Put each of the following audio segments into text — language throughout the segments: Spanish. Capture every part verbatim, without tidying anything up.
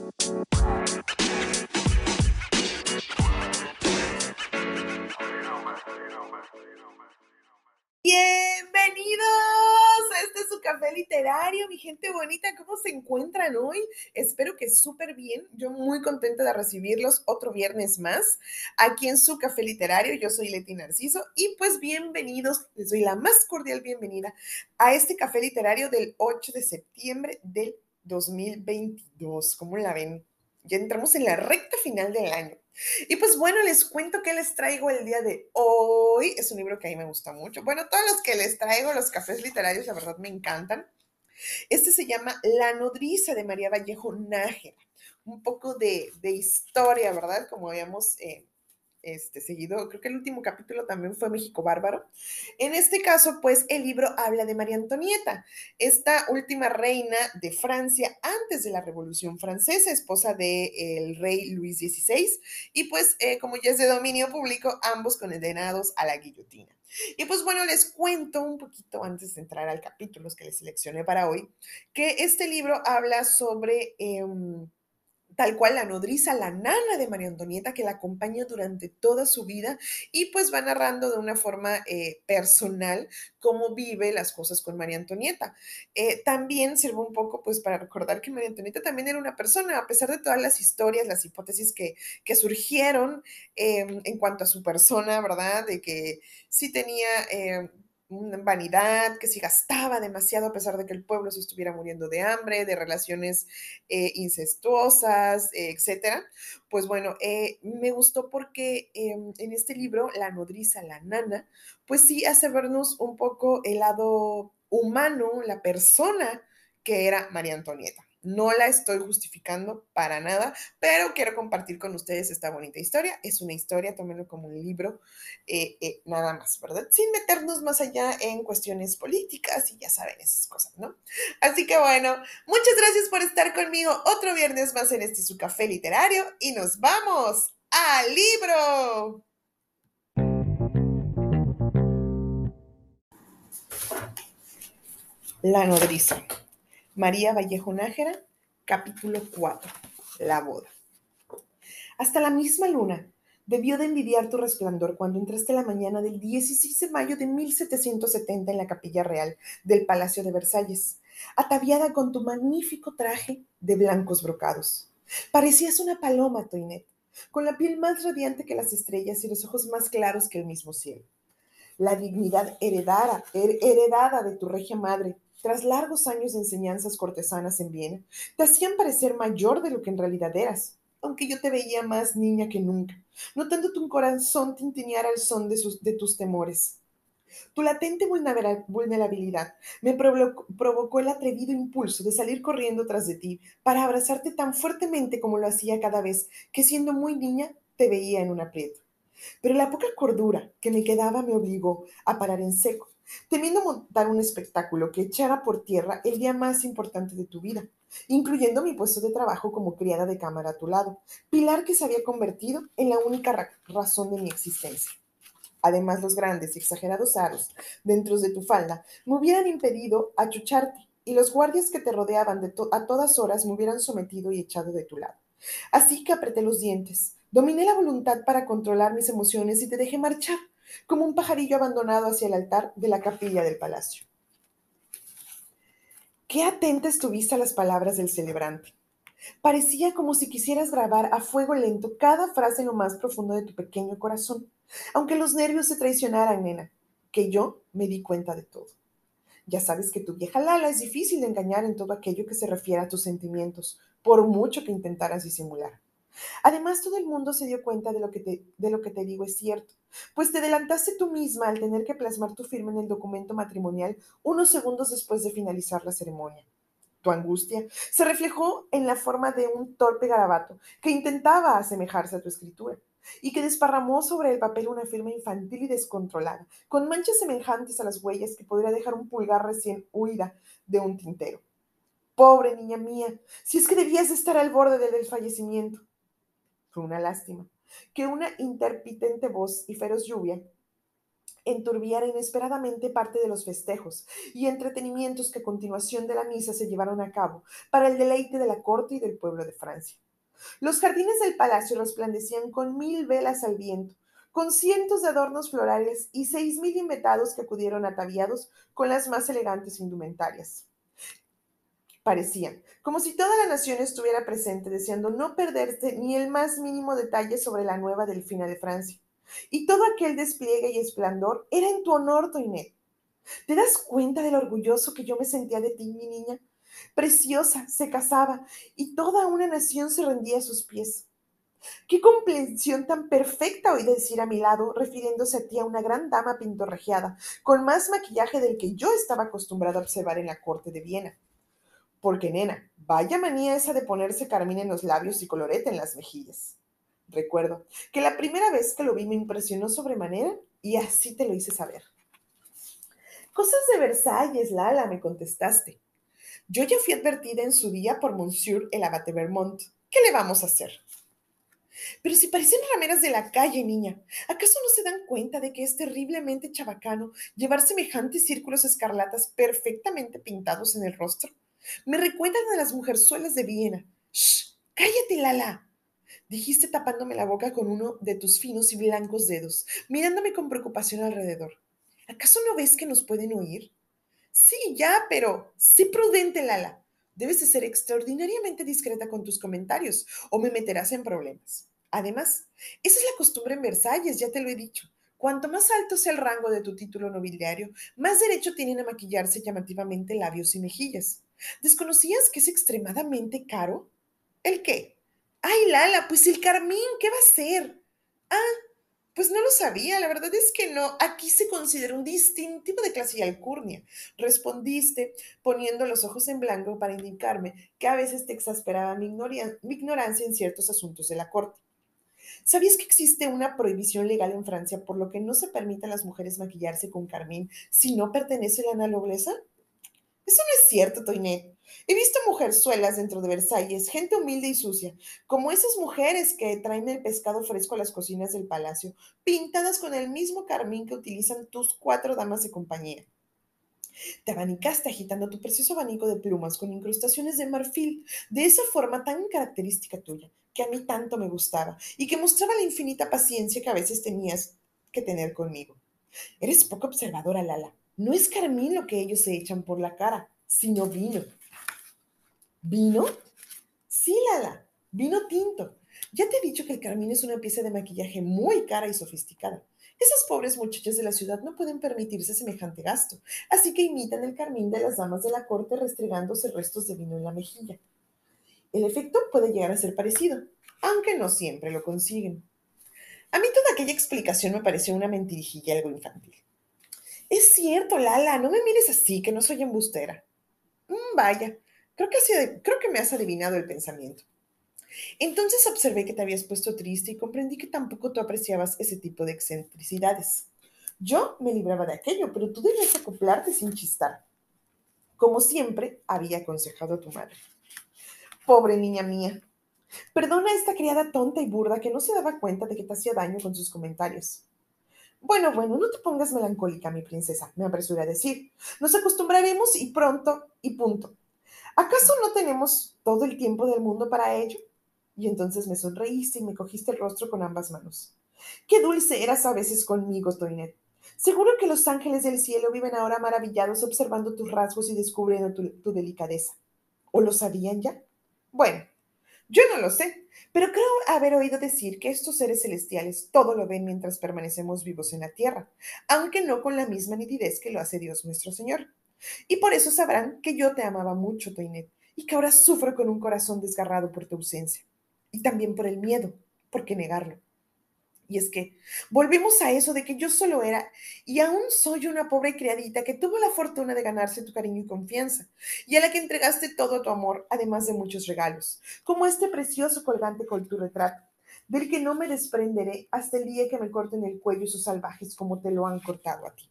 Bienvenidos a este su café literario, mi gente bonita. ¿Cómo se encuentran hoy? Espero que súper bien. Yo muy contenta de recibirlos otro viernes más aquí en su café literario. Yo soy Leti Narciso y pues bienvenidos, les doy la más cordial bienvenida a este café literario del ocho de septiembre del dos mil veintidós. ¿Cómo la ven? Ya entramos en la recta final del año. Y pues bueno, les cuento que les traigo el día de hoy. Es un libro que a mí me gusta mucho. Bueno, todos los que les traigo, los cafés literarios, la verdad me encantan. Este se llama La nodriza de María Vallejo Nájera. Un poco de, de historia, ¿verdad? Como habíamos eh, este, seguido, creo que el último capítulo también fue México Bárbaro. En este caso, pues el libro habla de María Antonieta, esta última reina de Francia antes de la Revolución Francesa, esposa del rey Luis dieciséis, y pues eh, como ya es de dominio público, ambos condenados a la guillotina. Y pues bueno, les cuento un poquito antes de entrar al capítulo que les seleccioné para hoy, que este libro habla sobre... Eh, tal cual la nodriza, la nana de María Antonieta, que la acompaña durante toda su vida y pues va narrando de una forma eh, personal cómo vive las cosas con María Antonieta. Eh, también sirve un poco pues para recordar que María Antonieta también era una persona, a pesar de todas las historias, las hipótesis que, que surgieron eh, en cuanto a su persona, ¿verdad? De que sí tenía... Eh, una vanidad, que si gastaba demasiado a pesar de que el pueblo se estuviera muriendo de hambre, de relaciones eh, incestuosas, eh, etcétera. Pues bueno, eh, me gustó porque eh, en este libro, La nodriza, la nana, pues sí hace vernos un poco el lado humano, la persona que era María Antonieta. No la estoy justificando para nada, pero quiero compartir con ustedes esta bonita historia. Es una historia, tómenlo como un libro, eh, eh, nada más, ¿verdad? Sin meternos más allá en cuestiones políticas y ya saben esas cosas, ¿no? Así que bueno, muchas gracias por estar conmigo otro viernes más en este su café literario y nos vamos al libro. La nodriza. María Vallejo Nájera, capítulo cuatro. La boda. Hasta la misma luna debió de envidiar tu resplandor cuando entraste la mañana del dieciséis de mayo de mil setecientos setenta en la capilla real del Palacio de Versalles, ataviada con tu magnífico traje de blancos brocados. Parecías una paloma, Toinette, con la piel más radiante que las estrellas y los ojos más claros que el mismo cielo. La dignidad heredada, her- heredada de tu regia madre, tras largos años de enseñanzas cortesanas en Viena, te hacían parecer mayor de lo que en realidad eras, aunque yo te veía más niña que nunca, notando tu corazón tintinear al son de, sus, de tus temores. Tu latente vulnera- vulnerabilidad me provo- provocó el atrevido impulso de salir corriendo tras de ti para abrazarte tan fuertemente como lo hacía cada vez que siendo muy niña te veía en un aprieto. Pero la poca cordura que me quedaba me obligó a parar en seco, temiendo montar un espectáculo que echara por tierra el día más importante de tu vida, incluyendo mi puesto de trabajo como criada de cámara a tu lado, pilar que se había convertido en la única ra- razón de mi existencia. Además, los grandes y exagerados aros dentro de tu falda me hubieran impedido achucharte y los guardias que te rodeaban de to- a todas horas me hubieran sometido y echado de tu lado. Así que apreté los dientes, dominé la voluntad para controlar mis emociones y te dejé marchar, como un pajarillo abandonado hacia el altar de la capilla del palacio. Qué atenta estuviste a las palabras del celebrante. Parecía como si quisieras grabar a fuego lento cada frase en lo más profundo de tu pequeño corazón, aunque los nervios se traicionaran, nena, que yo me di cuenta de todo. Ya sabes que tu vieja Lala es difícil de engañar en todo aquello que se refiere a tus sentimientos, por mucho que intentaras disimular. Además, todo el mundo se dio cuenta de lo que te, de lo que te digo es cierto, pues te adelantaste tú misma al tener que plasmar tu firma en el documento matrimonial unos segundos después de finalizar la ceremonia. Tu angustia se reflejó en la forma de un torpe garabato que intentaba asemejarse a tu escritura y que desparramó sobre el papel una firma infantil y descontrolada, con manchas semejantes a las huellas que podría dejar un pulgar recién huida de un tintero. Pobre niña mía, si es que debías de estar al borde del desfallecimiento. Fue una lástima que una intermitente voz y feroz lluvia enturbiara inesperadamente parte de los festejos y entretenimientos que a continuación de la misa se llevaron a cabo para el deleite de la corte y del pueblo de Francia. Los jardines del palacio resplandecían con mil velas al viento, con cientos de adornos florales y seis mil invitados que acudieron ataviados con las más elegantes indumentarias. Parecía como si toda la nación estuviera presente, deseando no perderse ni el más mínimo detalle sobre la nueva delfina de Francia. Y todo aquel despliegue y esplendor era en tu honor, Toinette. ¿Te das cuenta de lo orgulloso que yo me sentía de ti, mi niña? Preciosa, se casaba y toda una nación se rendía a sus pies. Qué comprensión tan perfecta oí decir a mi lado, refiriéndose a ti a una gran dama pintorregiada, con más maquillaje del que yo estaba acostumbrado a observar en la corte de Viena. Porque, nena, vaya manía esa de ponerse carmín en los labios y colorete en las mejillas. Recuerdo que la primera vez que lo vi me impresionó sobremanera y así te lo hice saber. Cosas de Versalles, Lala, me contestaste. Yo ya fui advertida en su día por Monsieur el abate Vermont. ¿Qué le vamos a hacer? Pero si parecen rameras de la calle, niña, ¿acaso no se dan cuenta de que es terriblemente chabacano llevar semejantes círculos escarlatas perfectamente pintados en el rostro? Me recuerdan a las mujerzuelas de Viena. ¡Shh! ¡Cállate, Lala! Dijiste tapándome la boca con uno de tus finos y blancos dedos, mirándome con preocupación alrededor. ¿Acaso no ves que nos pueden oír? Sí, ya, pero sé prudente, Lala. Debes de ser extraordinariamente discreta con tus comentarios o me meterás en problemas. Además, esa es la costumbre en Versalles, ya te lo he dicho. Cuanto más alto sea el rango de tu título nobiliario, más derecho tienen a maquillarse llamativamente labios y mejillas. ¿Desconocías que es extremadamente caro? ¿El qué? Ay, Lala, pues el carmín, ¿qué va a ser? Ah, pues no lo sabía, la verdad es que no. Aquí se considera un distintivo de clase y alcurnia. Respondiste poniendo los ojos en blanco para indicarme que a veces te exasperaba mi, ignoria- mi ignorancia en ciertos asuntos de la corte. ¿Sabías que existe una prohibición legal en Francia por lo que no se permite a las mujeres maquillarse con carmín si no pertenecen a la nobleza? Eso no es cierto, Toinette. He visto mujerzuelas dentro de Versalles, gente humilde y sucia, como esas mujeres que traen el pescado fresco a las cocinas del palacio, pintadas con el mismo carmín que utilizan tus cuatro damas de compañía. Te abanicaste agitando tu precioso abanico de plumas con incrustaciones de marfil, de esa forma tan característica tuya, que a mí tanto me gustaba y que mostraba la infinita paciencia que a veces tenías que tener conmigo. Eres poco observadora, Lala. No es carmín lo que ellos se echan por la cara, sino vino. ¿Vino? Sí, Lala, vino tinto. Ya te he dicho que el carmín es una pieza de maquillaje muy cara y sofisticada. Esas pobres muchachas de la ciudad no pueden permitirse semejante gasto, así que imitan el carmín de las damas de la corte restregándose restos de vino en la mejilla. El efecto puede llegar a ser parecido, aunque no siempre lo consiguen. A mí toda aquella explicación me pareció una mentirijilla algo infantil. Es cierto, Lala, no me mires así, que no soy embustera. Mm, vaya, creo que, así- creo que me has adivinado el pensamiento. Entonces observé que te habías puesto triste y comprendí que tampoco tú apreciabas ese tipo de excentricidades. Yo me libraba de aquello, pero tú debías acoplarte sin chistar, como siempre había aconsejado a tu madre. Pobre niña mía, perdona a esta criada tonta y burda que no se daba cuenta de que te hacía daño con sus comentarios. Bueno, bueno, no te pongas melancólica, mi princesa, me apresuré a decir. Nos acostumbraremos y pronto y punto. ¿Acaso no tenemos todo el tiempo del mundo para ello? Y entonces me sonreíste y me cogiste el rostro con ambas manos. Qué dulce eras a veces conmigo, Toinette. Seguro que los ángeles del cielo viven ahora maravillados observando tus rasgos y descubriendo tu, tu delicadeza. ¿O lo sabían ya? Bueno, yo no lo sé, pero creo haber oído decir que estos seres celestiales todo lo ven mientras permanecemos vivos en la tierra, aunque no con la misma nitidez que lo hace Dios nuestro Señor. Y por eso sabrán que yo te amaba mucho, Toinette, y que ahora sufro con un corazón desgarrado por tu ausencia. Y también por el miedo, ¿por qué negarlo? Y es que volvemos a eso de que yo solo era y aún soy una pobre criadita que tuvo la fortuna de ganarse tu cariño y confianza, y a la que entregaste todo tu amor, además de muchos regalos, como este precioso colgante con tu retrato, del que no me desprenderé hasta el día que me corten el cuello esos salvajes como te lo han cortado a ti.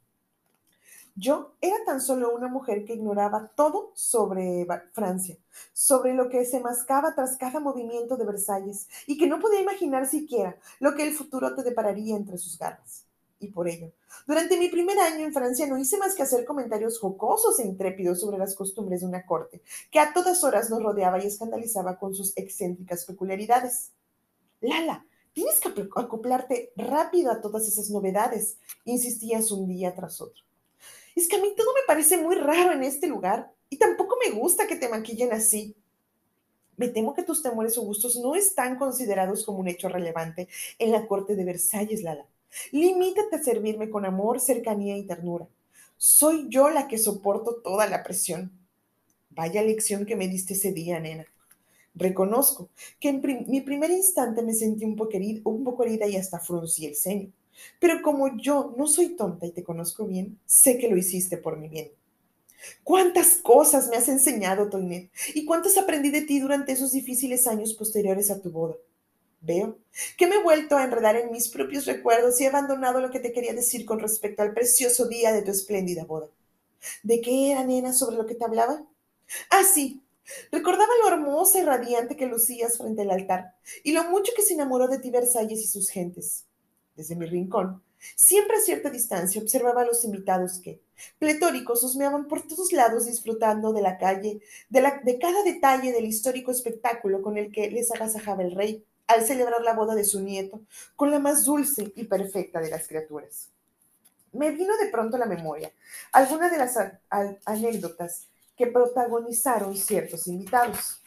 Yo era tan solo una mujer que ignoraba todo sobre Ba- Francia, sobre lo que se mascaba tras cada movimiento de Versalles y que no podía imaginar siquiera lo que el futuro te depararía entre sus garras. y por ello, durante mi primer año en Francia no hice más que hacer comentarios jocosos e intrépidos sobre las costumbres de una corte, que a todas horas nos rodeaba y escandalizaba con sus excéntricas peculiaridades. Lala, tienes que acoplarte rápido a todas esas novedades, insistías un día tras otro. Es que a mí todo me parece muy raro en este lugar y tampoco me gusta que te maquillen así. Me temo que tus temores o gustos no están considerados como un hecho relevante en la corte de Versalles, Lala. Limítate a servirme con amor, cercanía y ternura. Soy yo la que soporto toda la presión. Vaya lección que me diste ese día, nena. Reconozco que en prim- mi primer instante me sentí un poco, herida, un poco herida y hasta fruncí el ceño. Pero como yo no soy tonta y te conozco bien, sé que lo hiciste por mi bien. ¿Cuántas cosas me has enseñado, Toinette? ¿Y cuántas aprendí de ti durante esos difíciles años posteriores a tu boda? Veo que me he vuelto a enredar en mis propios recuerdos y he abandonado lo que te quería decir con respecto al precioso día de tu espléndida boda. ¿De qué era, nena, sobre lo que te hablaba? Ah, sí. Recordaba lo hermosa y radiante que lucías frente al altar y lo mucho que se enamoró de ti Versalles y sus gentes. Desde mi rincón, siempre a cierta distancia, observaba a los invitados que, pletóricos, husmeaban por todos lados disfrutando de la calle, de, la, de cada detalle del histórico espectáculo con el que les agasajaba el rey al celebrar la boda de su nieto con la más dulce y perfecta de las criaturas. Me vino de pronto a la memoria alguna de las a- a- anécdotas que protagonizaron ciertos invitados.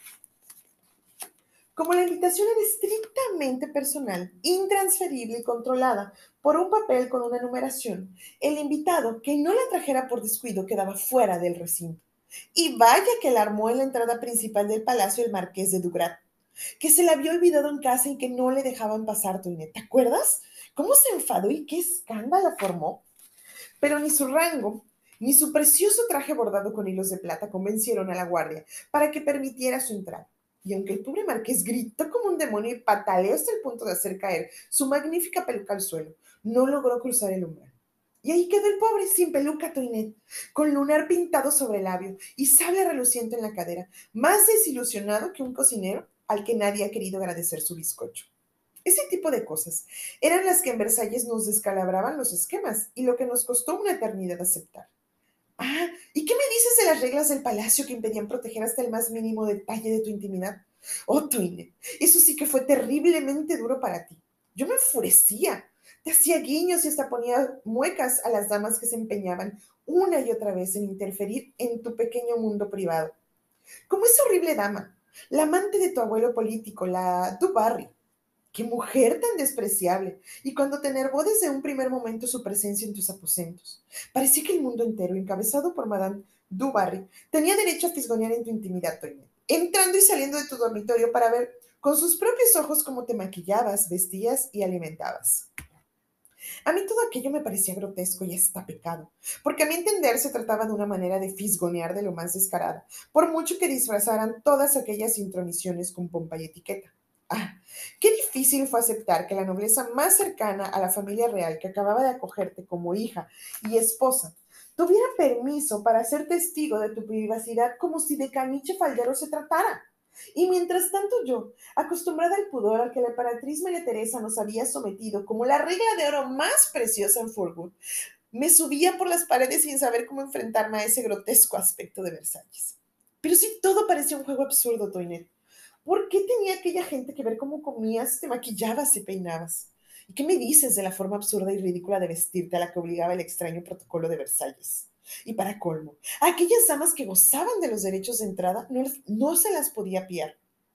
Como la invitación era estrictamente personal, intransferible y controlada por un papel con una numeración, el invitado que no la trajera por descuido quedaba fuera del recinto. Y vaya que la armó en la entrada principal del palacio el marqués de Dugrat, que se le había olvidado en casa y que no le dejaban pasar, Toinette. ¿Te acuerdas? ¿Cómo se enfadó y qué escándalo formó? Pero ni su rango, ni su precioso traje bordado con hilos de plata convencieron a la guardia para que permitiera su entrada. Y aunque el pobre marqués gritó como un demonio y pataleó hasta el punto de hacer caer su magnífica peluca al suelo, no logró cruzar el umbral. Y ahí quedó el pobre, sin peluca, Toinette, con lunar pintado sobre el labio y sable reluciente en la cadera, más desilusionado que un cocinero al que nadie ha querido agradecer su bizcocho. Ese tipo de cosas eran las que en Versalles nos descalabraban los esquemas y lo que nos costó una eternidad aceptar. Ah, ¿y qué me dices de las reglas del palacio que impedían proteger hasta el más mínimo detalle de tu intimidad? Oh, Toine, eso sí que fue terriblemente duro para ti. Yo me enfurecía, te hacía guiños y hasta ponía muecas a las damas que se empeñaban una y otra vez en interferir en tu pequeño mundo privado. Como esa horrible dama, la amante de tu abuelo político, la Du Barry. ¡Qué mujer tan despreciable! Y cuando te enervó desde un primer momento su presencia en tus aposentos. Parecía que el mundo entero, encabezado por Madame du Barry, tenía derecho a fisgonear en tu intimidad, Toinette, entrando y saliendo de tu dormitorio para ver con sus propios ojos cómo te maquillabas, vestías y alimentabas. A mí todo aquello me parecía grotesco y hasta pecado, porque a mi entender se trataba de una manera de fisgonear de lo más descarada, por mucho que disfrazaran todas aquellas intromisiones con pompa y etiqueta. Ah, qué difícil fue aceptar que la nobleza más cercana a la familia real que acababa de acogerte como hija y esposa tuviera permiso para ser testigo de tu privacidad como si de caniche faldero se tratara. Y mientras tanto yo, acostumbrada al pudor al que la emperatriz María Teresa nos había sometido como la regla de oro más preciosa en Forwood, me subía por las paredes sin saber cómo enfrentarme a ese grotesco aspecto de Versalles. Pero si todo parecía un juego absurdo, Toinette, ¿por qué tenía aquella gente que ver cómo comías, te maquillabas y peinabas? ¿Y qué me dices de la forma absurda y ridícula de vestirte a la que obligaba el extraño protocolo de Versalles? Y para colmo, a aquellas damas que gozaban de los derechos de entrada no, no se las podía piar.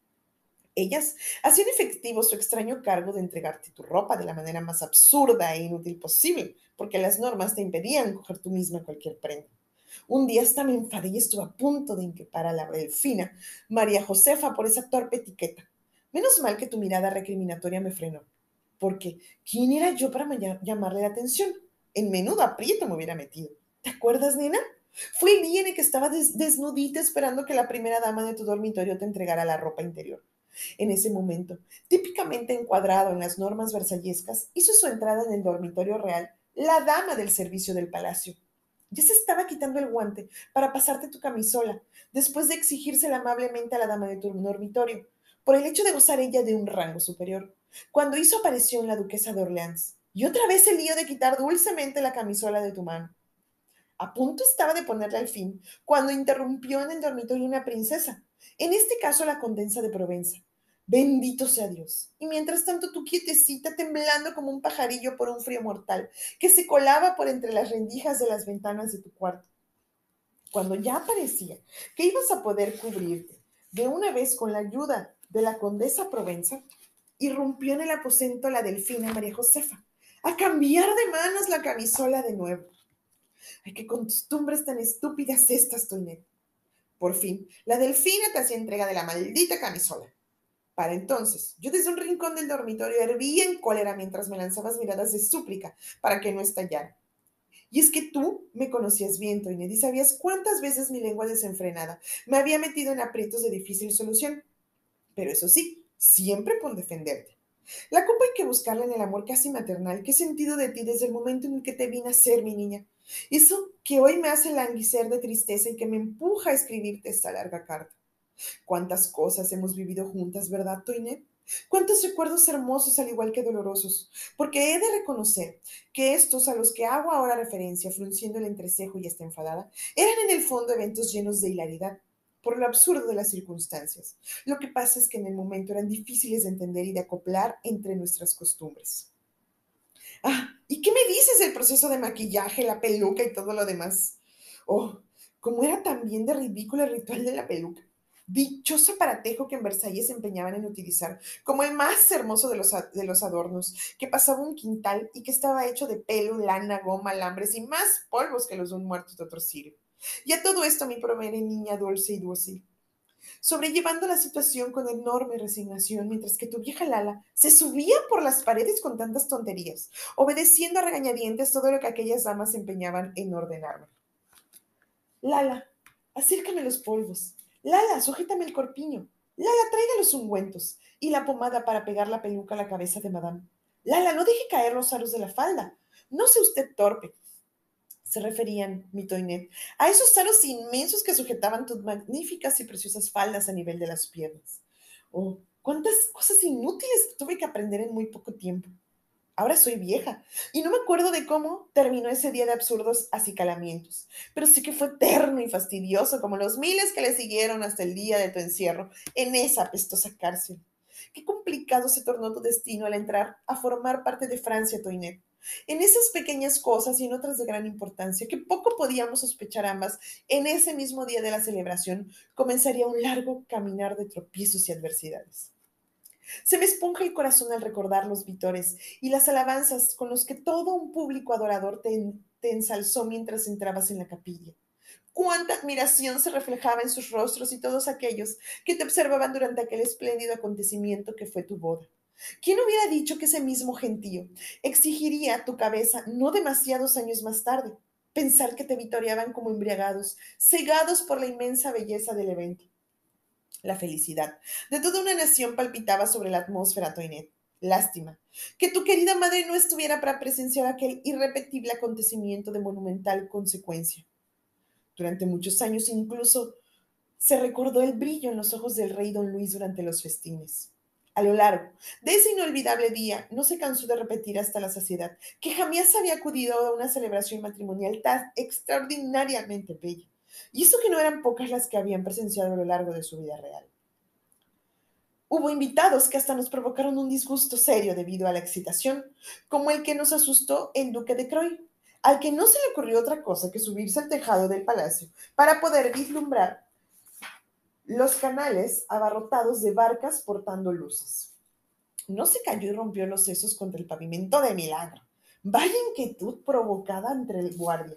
Ellas hacían efectivo su extraño cargo de entregarte tu ropa de la manera más absurda e inútil posible, porque las normas te impedían coger tú misma cualquier prenda. Un día hasta me enfadé y estuve a punto de inquepar a la delfina, María Josefa, por esa torpe etiqueta. Menos mal que tu mirada recriminatoria me frenó, porque ¿quién era yo para llamarle la atención? En menudo aprieto me hubiera metido. ¿Te acuerdas, nena? Fue el día en el que estaba des desnudita esperando que la primera dama de tu dormitorio te entregara la ropa interior. En ese momento, típicamente encuadrado en las normas versallescas, hizo su entrada en el dormitorio real la dama del servicio del palacio. Ya se estaba quitando el guante para pasarte tu camisola, después de exigírsela amablemente a la dama de tu dormitorio, por el hecho de gozar ella de un rango superior, cuando hizo aparición la duquesa de Orleans. Y otra vez el lío de quitar dulcemente la camisola de tu mano. A punto estaba de ponerle al fin, cuando interrumpió en el dormitorio una princesa, en este caso la condesa de Provenza. Bendito sea Dios. Y mientras tanto tú quietecita, temblando como un pajarillo por un frío mortal, que se colaba por entre las rendijas de las ventanas de tu cuarto. Cuando ya parecía que ibas a poder cubrirte de una vez con la ayuda de la condesa Provenza, irrumpió en el aposento la delfina María Josefa, a cambiar de manos la camisola de nuevo. Ay, qué costumbres tan estúpidas estas, Toinette. Por fin, la delfina te hacía entrega de la maldita camisola. Para entonces, yo desde un rincón del dormitorio hervía en cólera mientras me lanzabas miradas de súplica para que no estallara. Y es que tú me conocías bien, Toinette, y sabías cuántas veces mi lengua desenfrenada me había metido en aprietos de difícil solución. Pero eso sí, siempre por defenderte. La culpa hay que buscarla en el amor casi maternal que he sentido de ti desde el momento en el que te vine a ser mi niña. Eso que hoy me hace languicer de tristeza y que me empuja a escribirte esta larga carta. Cuántas cosas hemos vivido juntas, ¿verdad, Toinette? Cuántos recuerdos hermosos al igual que dolorosos. Porque he de reconocer que estos a los que hago ahora referencia, frunciendo el entrecejo y hasta enfadada, eran en el fondo eventos llenos de hilaridad, por lo absurdo de las circunstancias. Lo que pasa es que en el momento eran difíciles de entender y de acoplar entre nuestras costumbres. Ah, ¿y qué me dices del proceso de maquillaje, la peluca y todo lo demás? Oh, cómo era también de ridículo el ritual de la peluca. Dichoso aparatejo que en Versalles se empeñaban en utilizar como el más hermoso de los, de los adornos, que pasaba un quintal y que estaba hecho de pelo, lana, goma, alambres y más polvos que los de un muerto de otro siglo. Y a todo esto mi pobre niña dulce y dócil, sobrellevando la situación con enorme resignación, mientras que tu vieja Lala se subía por las paredes con tantas tonterías, obedeciendo a regañadientes todo lo que aquellas damas se empeñaban en ordenarme. Lala, acércame los polvos. Lala, sujétame el corpiño. Lala, traiga los ungüentos y la pomada para pegar la peluca a la cabeza de Madame. Lala, no deje caer los aros de la falda. No sea usted torpe. Se referían, mi Toinette, a esos aros inmensos que sujetaban tus magníficas y preciosas faldas a nivel de las piernas. Oh, cuántas cosas inútiles tuve que aprender en muy poco tiempo. Ahora soy vieja y no me acuerdo de cómo terminó ese día de absurdos acicalamientos, pero sí que fue eterno y fastidioso como los miles que le siguieron hasta el día de tu encierro en esa apestosa cárcel. Qué complicado se tornó tu destino al entrar a formar parte de Francia, Toinette. En esas pequeñas cosas y en otras de gran importancia, que poco podíamos sospechar ambas, en ese mismo día de la celebración comenzaría un largo caminar de tropiezos y adversidades. Se me esponja el corazón al recordar los vítores y las alabanzas con los que todo un público adorador te, en- te ensalzó mientras entrabas en la capilla. Cuánta admiración se reflejaba en sus rostros y todos aquellos que te observaban durante aquel espléndido acontecimiento que fue tu boda. ¿Quién hubiera dicho que ese mismo gentío exigiría tu cabeza no demasiados años más tarde? Pensar que te vitoreaban como embriagados, cegados por la inmensa belleza del evento. La felicidad de toda una nación palpitaba sobre la atmósfera, Toinette. Lástima que tu querida madre no estuviera para presenciar aquel irrepetible acontecimiento de monumental consecuencia. Durante muchos años incluso se recordó el brillo en los ojos del rey don Luis durante los festines. A lo largo de ese inolvidable día, no se cansó de repetir hasta la saciedad que jamás había acudido a una celebración matrimonial tan extraordinariamente bella. Y eso que no eran pocas las que habían presenciado a lo largo de su vida real. Hubo invitados que hasta nos provocaron un disgusto serio debido a la excitación, como el que nos asustó el duque de Croy, al que no se le ocurrió otra cosa que subirse al tejado del palacio para poder vislumbrar los canales abarrotados de barcas portando luces. No se cayó y rompió los sesos contra el pavimento de milagro. Vaya inquietud provocada entre el guardia.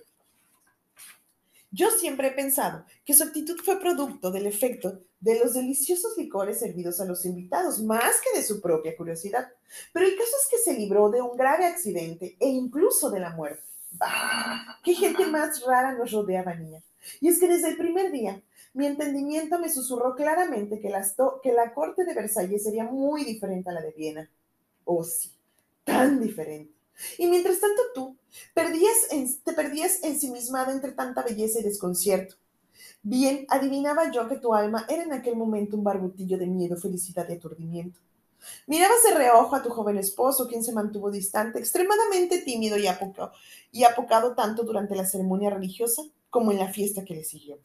Yo siempre he pensado que su actitud fue producto del efecto de los deliciosos licores servidos a los invitados, más que de su propia curiosidad. Pero el caso es que se libró de un grave accidente e incluso de la muerte. ¡Bah! ¡Qué gente más rara nos rodeaba, niña! Y es que desde el primer día, mi entendimiento me susurró claramente que, las to- que la corte de Versalles sería muy diferente a la de Viena. Oh, sí, tan diferente. Y mientras tanto tú perdías en- te perdías ensimismada entre tanta belleza y desconcierto. Bien, adivinaba yo que tu alma era en aquel momento un barbutillo de miedo, felicidad y aturdimiento. Mirabas de reojo a tu joven esposo, quien se mantuvo distante, extremadamente tímido y, apoco- y apocado tanto durante la ceremonia religiosa como en la fiesta que le siguió.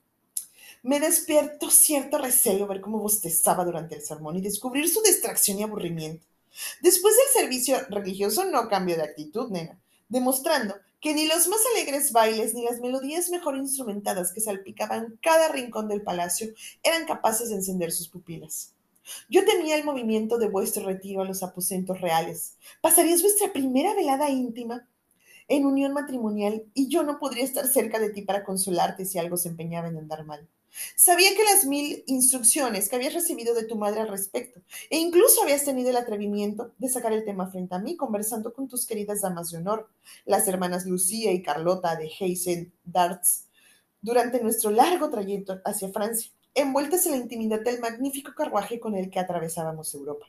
Me despiertó cierto recelo ver cómo bostezaba durante el sermón y descubrir su distracción y aburrimiento. Después del servicio religioso no cambió de actitud, nena, demostrando que ni los más alegres bailes ni las melodías mejor instrumentadas que salpicaban cada rincón del palacio eran capaces de encender sus pupilas. Yo temía el movimiento de vuestro retiro a los aposentos reales. Pasarías vuestra primera velada íntima en unión matrimonial y yo no podría estar cerca de ti para consolarte si algo se empeñaba en andar mal. Sabía que las mil instrucciones que habías recibido de tu madre al respecto, e incluso habías tenido el atrevimiento de sacar el tema frente a mí, conversando con tus queridas damas de honor, las hermanas Lucía y Carlota de Heisen Darts, durante nuestro largo trayecto hacia Francia, envueltas en la intimidad del magnífico carruaje con el que atravesábamos Europa.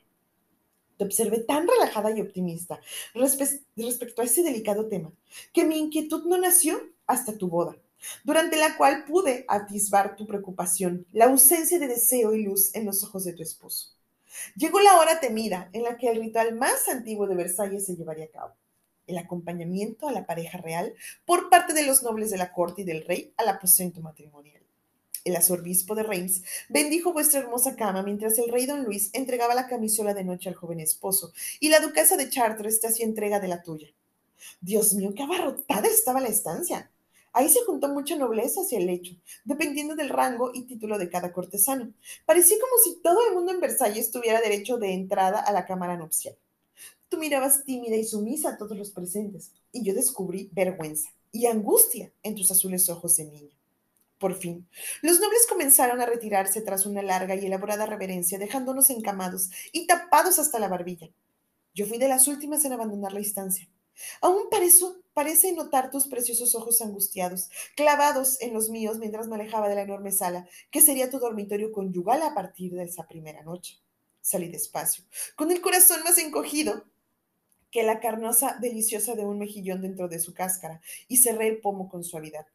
Te observé tan relajada y optimista respe- respecto a ese delicado tema, que mi inquietud no nació hasta tu boda, durante la cual pude atisbar tu preocupación, la ausencia de deseo y luz en los ojos de tu esposo. Llegó la hora temida en la que el ritual más antiguo de Versalles se llevaría a cabo, el acompañamiento a la pareja real por parte de los nobles de la corte y del rey al aposento matrimonial. El arzobispo de Reims bendijo vuestra hermosa cama mientras el rey don Luis entregaba la camisola de noche al joven esposo y la duquesa de Chartres te hacía entrega de la tuya. Dios mío, qué abarrotada estaba la estancia. Ahí se juntó mucha nobleza hacia el lecho, dependiendo del rango y título de cada cortesano. Parecía como si todo el mundo en Versalles tuviera derecho de entrada a la cámara nupcial. Tú mirabas tímida y sumisa a todos los presentes, y yo descubrí vergüenza y angustia en tus azules ojos de niña. Por fin, los nobles comenzaron a retirarse tras una larga y elaborada reverencia, dejándonos encamados y tapados hasta la barbilla. Yo fui de las últimas en abandonar la instancia. Aún parezo- parece notar tus preciosos ojos angustiados, clavados en los míos mientras me alejaba de la enorme sala, que sería tu dormitorio conyugal a partir de esa primera noche. Salí despacio, con el corazón más encogido que la carnosa deliciosa de un mejillón dentro de su cáscara, y cerré el pomo con suavidad.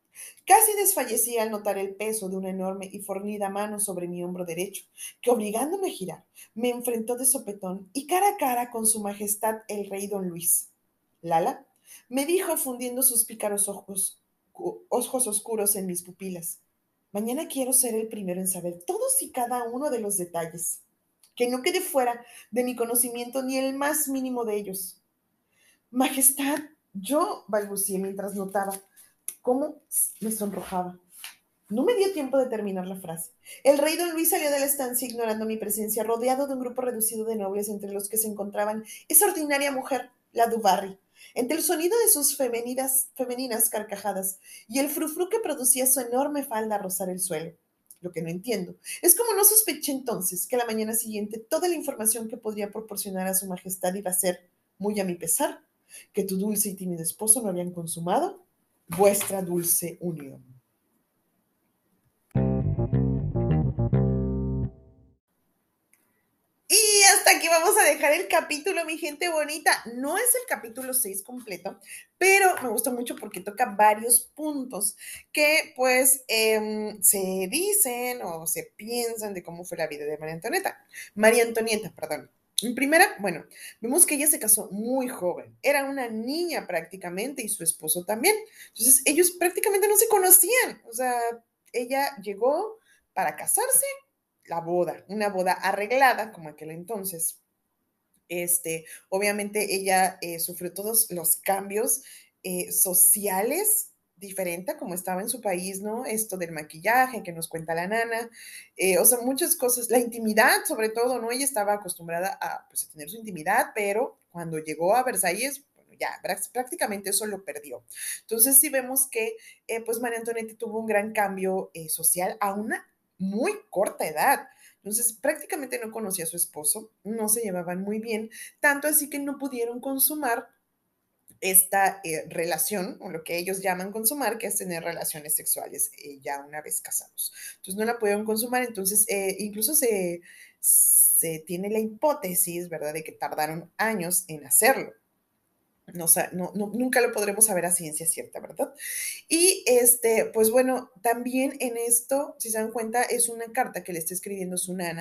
Casi desfallecí al notar el peso de una enorme y fornida mano sobre mi hombro derecho, que obligándome a girar, me enfrentó de sopetón y cara a cara con su majestad el rey don Luis. Lala, me dijo fundiendo sus pícaros ojos, ojos oscuros en mis pupilas. Mañana quiero ser el primero en saber todos y cada uno de los detalles. Que no quede fuera de mi conocimiento ni el más mínimo de ellos. Majestad, yo balbucié mientras notaba cómo me sonrojaba. No me dio tiempo de terminar la frase. El rey don Luis salió de la estancia ignorando mi presencia, rodeado de un grupo reducido de nobles entre los que se encontraban esa ordinaria mujer, la Dubarry. Entre el sonido de sus femeninas, femeninas carcajadas y el frufru que producía su enorme falda a rozar el suelo. Lo que no entiendo es como no sospeché entonces que a la mañana siguiente toda la información que podría proporcionar a su majestad iba a ser, muy a mi pesar, que tu dulce y tímido esposo no habían consumado vuestra dulce unión. Y hasta aquí vamos a dejar el capítulo, mi gente bonita. No es el capítulo seis completo, pero me gusta mucho porque toca varios puntos que pues eh, se dicen o se piensan de cómo fue la vida de María Antonieta. María Antonieta, perdón. En primera, bueno, vemos que ella se casó muy joven, era una niña prácticamente y su esposo también. Entonces, ellos prácticamente no se conocían. O sea, ella llegó para casarse, la boda, una boda arreglada como aquel entonces. Este, obviamente ella eh, sufrió todos los cambios eh, sociales diferente a como estaba en su país, ¿no? Esto del maquillaje que nos cuenta la nana, eh, o sea, muchas cosas, la intimidad sobre todo, ¿no? Ella estaba acostumbrada a, pues, a tener su intimidad, pero cuando llegó a Versalles, bueno, ya prácticamente eso lo perdió. Entonces sí vemos que, eh, pues, María Antonieta tuvo un gran cambio eh, social a una muy corta edad. Entonces, prácticamente no conocía a su esposo, no se llevaban muy bien, tanto así que no pudieron consumar esta eh, relación, o lo que ellos llaman consumar, que es tener relaciones sexuales eh, ya una vez casados. Entonces, no la pudieron consumar, entonces eh, incluso se, se tiene la hipótesis, ¿verdad?, de que tardaron años en hacerlo. No, no, no, nunca lo podremos saber a ciencia cierta, ¿verdad? Y este, pues bueno, también en esto, si se dan cuenta, es una carta que le está escribiendo su nana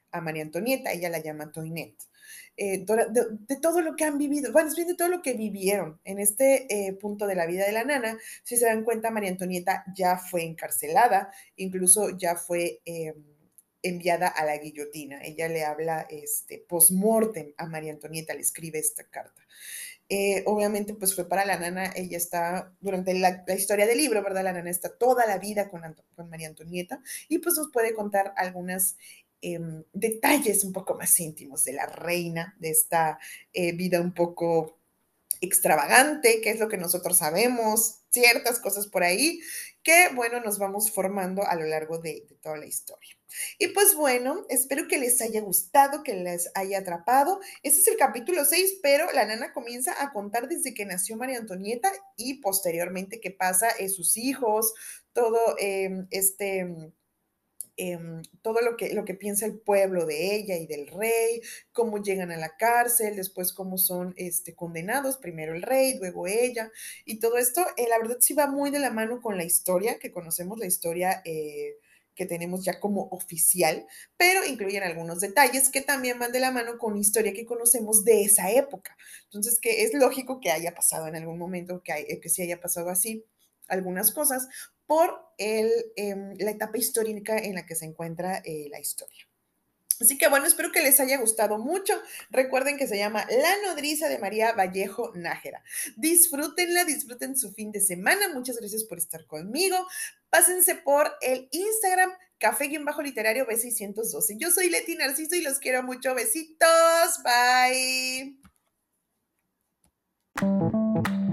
a María Antonieta, ella la llama Toinette. Eh, de, de, todo lo que han vivido, bueno, es bien de todo lo que vivieron en este eh, punto de la vida de la nana. Si se dan cuenta, María Antonieta ya fue encarcelada, incluso ya fue eh, enviada a la guillotina. Ella le habla este, post-mortem a María Antonieta, le escribe esta carta. Eh, obviamente, pues fue para la nana, ella está, durante la, la, historia del libro, ¿verdad? La nana está toda la vida con, con María Antonieta y pues nos puede contar algunas eh, detalles un poco más íntimos de la reina, de esta eh, vida un poco extravagante, que es lo que nosotros sabemos, ciertas cosas por ahí, que bueno, nos vamos formando a lo largo de, de toda la historia. Y pues bueno, espero que les haya gustado, que les haya atrapado. Este es el capítulo seis, pero la nana comienza a contar desde que nació María Antonieta y posteriormente qué pasa, eh, sus hijos, todo eh, este... Eh, todo lo que, lo que piensa el pueblo de ella y del rey, cómo llegan a la cárcel, después cómo son este, condenados, primero el rey, luego ella, y todo esto, eh, la verdad sí va muy de la mano con la historia, que conocemos la historia eh, que tenemos ya como oficial, pero incluyen algunos detalles que también van de la mano con historia que conocemos de esa época. Entonces, que es lógico que haya pasado en algún momento, que, hay, que sí haya pasado así algunas cosas, por el, eh, la etapa histórica en la que se encuentra eh, la historia. Así que bueno, espero que les haya gustado mucho. Recuerden que se llama La Nodriza de María Vallejo Nájera. Disfrútenla, disfruten su fin de semana. Muchas gracias por estar conmigo. Pásense por el Instagram café-literario B seiscientos doce. Yo soy Leti Narciso y los quiero mucho. Besitos. Bye.